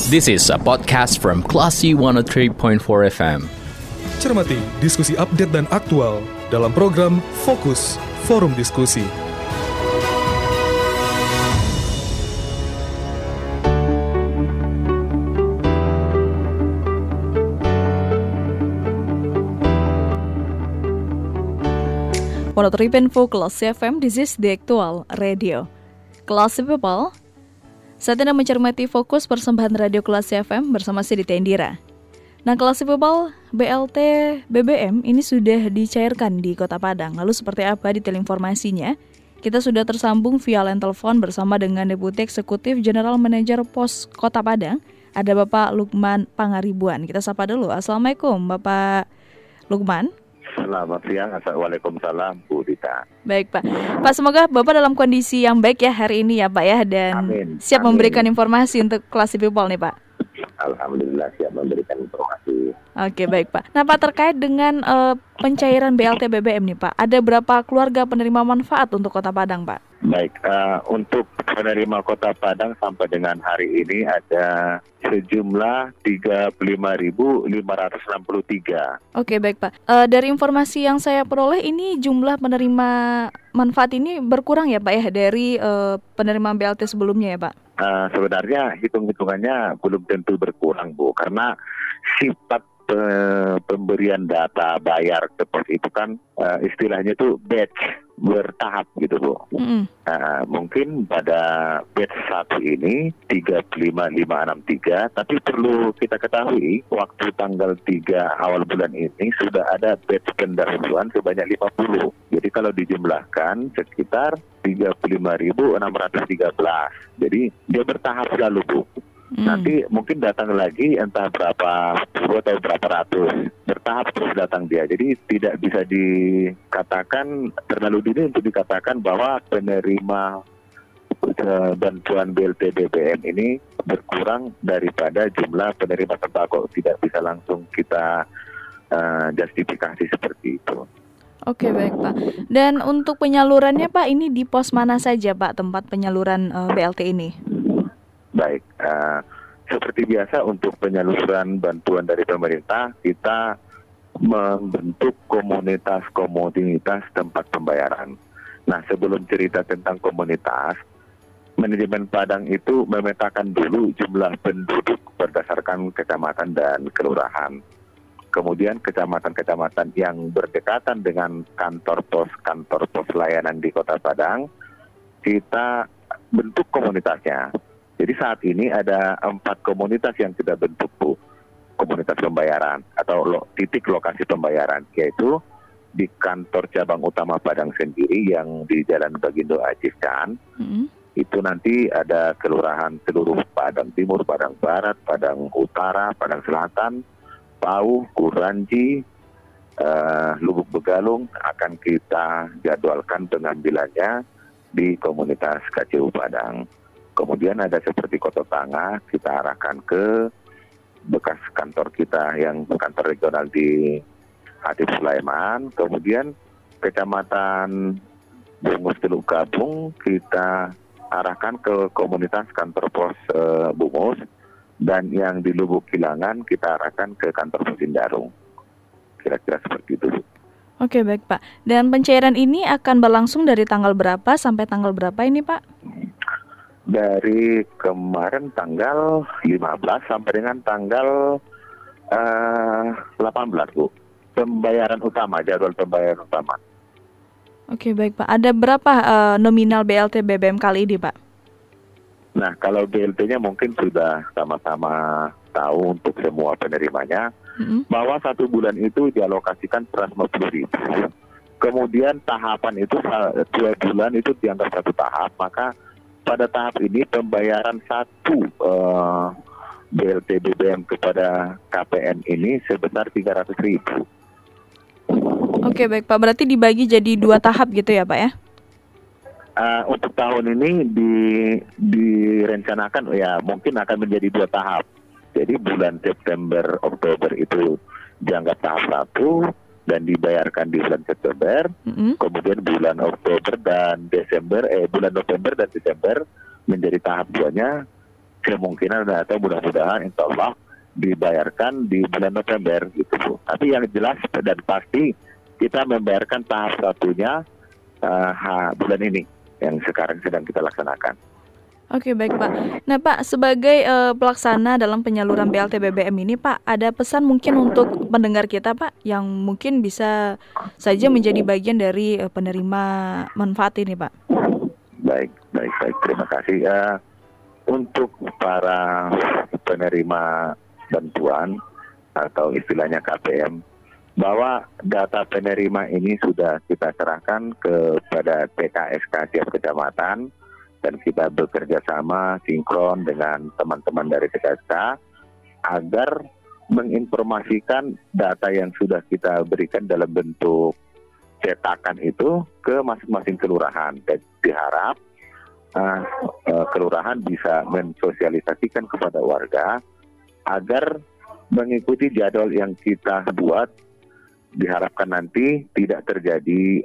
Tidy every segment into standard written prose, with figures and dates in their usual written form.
This is a podcast from Classy 103.4 FM. Cermati diskusi update dan aktual dalam program Fokus Forum Diskusi. Info Classy FM, this is the actual radio. Classy People, saat Anda mencermati Fokus persembahan radio Classy FM bersama saya Dita Indira. Nah, Classy People, BLT BBM ini sudah dicairkan di Kota Padang. Lalu seperti apa detail informasinya? Kita sudah tersambung via line telepon bersama dengan Deputi Eksekutif General Manager Pos Kota Padang, ada Bapak Lukman Pangaribuan. Kita sapa dulu. Assalamualaikum Bapak Lukman. Selamat siang, Waalaikumsalam Bu Dita. Baik Pak. Pak, semoga Bapak dalam kondisi yang baik ya hari ini ya Pak ya. Dan siap memberikan informasi untuk Classy People nih Pak. Alhamdulillah siap memberikan informasi. Oke, baik Pak. Nah Pak, terkait dengan pencairan BLT BBM nih Pak, ada berapa keluarga penerima manfaat untuk Kota Padang Pak? Baik, untuk penerima Kota Padang sampai dengan hari ini ada sejumlah 35.563. Oke, baik Pak. Dari informasi yang saya peroleh ini jumlah penerima manfaat ini berkurang ya Pak ya dari penerima BLT sebelumnya ya Pak? Sebenarnya hitung-hitungannya belum tentu berkurang Bu, karena sifat pemberian data bayar ke pos itu kan istilahnya itu batch bertahap gitu Bu. Mungkin pada batch 1 ini 35.563, tapi perlu kita ketahui waktu tanggal 3 awal bulan ini sudah ada batch pendahuluan sebanyak 50. Jadi kalau dijumlahkan sekitar 35.613. Jadi dia bertahap selalu Bu. Nanti mungkin datang lagi entah berapa puluh atau berapa ratus, bertahap terus datang dia. Jadi tidak bisa dikatakan terlalu dini untuk dikatakan bahwa penerima bantuan BLT BBM ini berkurang daripada jumlah penerima sembako. Tidak bisa langsung kita justifikasi seperti itu. Oke, baik Pak. Dan untuk penyalurannya Pak, ini di pos mana saja Pak tempat penyaluran BLT ini? Baik, seperti biasa untuk penyaluran bantuan dari pemerintah, kita membentuk komunitas tempat pembayaran. Nah, sebelum cerita tentang komunitas, manajemen Padang itu memetakan dulu jumlah penduduk berdasarkan kecamatan dan kelurahan. Kemudian kecamatan-kecamatan yang berdekatan dengan kantor pos layanan di Kota Padang, kita bentuk komunitasnya. Jadi saat ini ada 4 komunitas yang kita bentuk Bu, komunitas pembayaran atau titik lokasi pembayaran, yaitu di kantor cabang utama Padang sendiri yang di Jalan Bagindo Ajikan. Itu nanti ada kelurahan seluruh Padang Timur, Padang Barat, Padang Utara, Padang Selatan, Pau, Kuranji, Lubuk Begalung akan kita jadwalkan pengambilannya di komunitas KCU Padang. Kemudian ada seperti Kota Tangah, kita arahkan ke bekas kantor kita yang kantor regional di Hatip Sulaiman. Kemudian Kecamatan Bungus Teluk Gabung kita arahkan ke komunitas kantor pos Bungus. Dan yang di Lubuk Kilangan kita arahkan ke kantor pos Indarung. Kira-kira seperti itu. Oke, baik Pak. Dan pencairan ini akan berlangsung dari tanggal berapa sampai tanggal berapa ini Pak? Dari kemarin tanggal 15 sampai dengan tanggal 18 Bu. Pembayaran utama, jadwal pembayaran utama. Oke, baik Pak. Ada berapa nominal BLT BBM kali ini Pak? Nah, kalau BLT-nya mungkin sudah sama-sama tahu untuk semua penerimanya, bahwa 1 bulan itu dialokasikan 150.000. Kemudian tahapan itu 2 bulan itu dianggap 1 tahap, maka pada tahap ini pembayaran 1 BLT BBM kepada KPN ini sebesar 300.000. Oke, baik Pak. Berarti dibagi jadi 2 tahap gitu ya Pak ya? Untuk tahun ini direncanakan ya mungkin akan menjadi 2 tahap. Jadi bulan September Oktober itu dianggap tahap 1 dan dibayarkan di bulan September. Kemudian bulan Oktober dan Desember, bulan November dan Desember menjadi tahap 2-nya kemungkinan atau mudah-mudahan insya Allah dibayarkan di bulan November gitu Bu. Tapi yang jelas dan pasti kita membayarkan tahap satunya bulan ini yang sekarang sedang kita laksanakan. Oke, baik Pak. Nah Pak, sebagai pelaksana dalam penyaluran BLT BBM ini Pak, ada pesan mungkin untuk pendengar kita Pak, yang mungkin bisa saja menjadi bagian dari penerima manfaat ini Pak? Baik. Terima kasih. Untuk para penerima bantuan atau istilahnya KPM, bahwa data penerima ini sudah kita serahkan kepada PKSK tiap kecamatan, dan kita bekerja sama sinkron dengan teman-teman dari PKSK agar menginformasikan data yang sudah kita berikan dalam bentuk cetakan itu ke masing-masing kelurahan, dan diharap kelurahan bisa mensosialisasikan kepada warga agar mengikuti jadwal yang kita buat. Diharapkan nanti tidak terjadi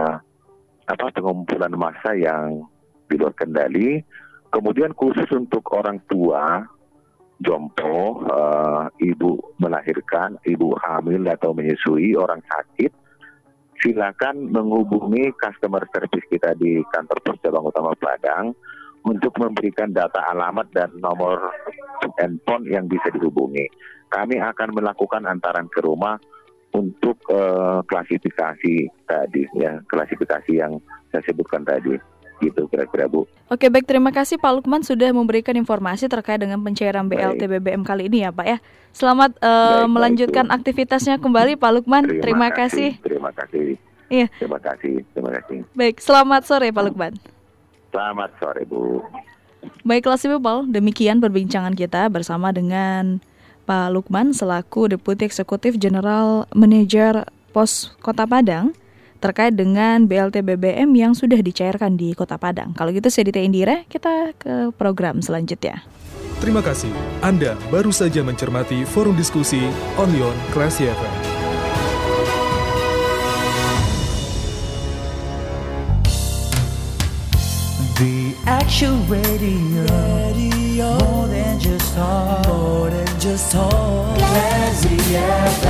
pengumpulan massa yang di luar kendali. Kemudian khusus untuk orang tua, jompo, ibu melahirkan, ibu hamil atau menyusui, orang sakit, silakan menghubungi customer service kita di kantor pos cabang utama Padang untuk memberikan data alamat dan nomor handphone yang bisa dihubungi. Kami akan melakukan antaran ke rumah untuk klasifikasi tadi, ya, klasifikasi yang saya sebutkan tadi. Gitu kira-kira Bu. Oke, baik, terima kasih Pak Lukman sudah memberikan informasi terkait dengan pencairan BLT BBM kali ini ya Pak ya. Selamat melanjutkan aktivitasnya kembali Pak Lukman. Terima kasih. Terima kasih. Iya. Terima kasih. Baik, selamat sore Pak Lukman. Selamat sore Bu. Baik, Classy People, demikian perbincangan kita bersama dengan Pak Lukman selaku Deputi Eksekutif General Manager Pos Kota Padang terkait dengan BLT BBM yang sudah dicairkan di Kota Padang. Kalau gitu saya Dita Indira, kita ke program selanjutnya. Terima kasih. Anda baru saja mencermati forum diskusi only on Classy FM. The Action Radio, more than just talk, Classy FM.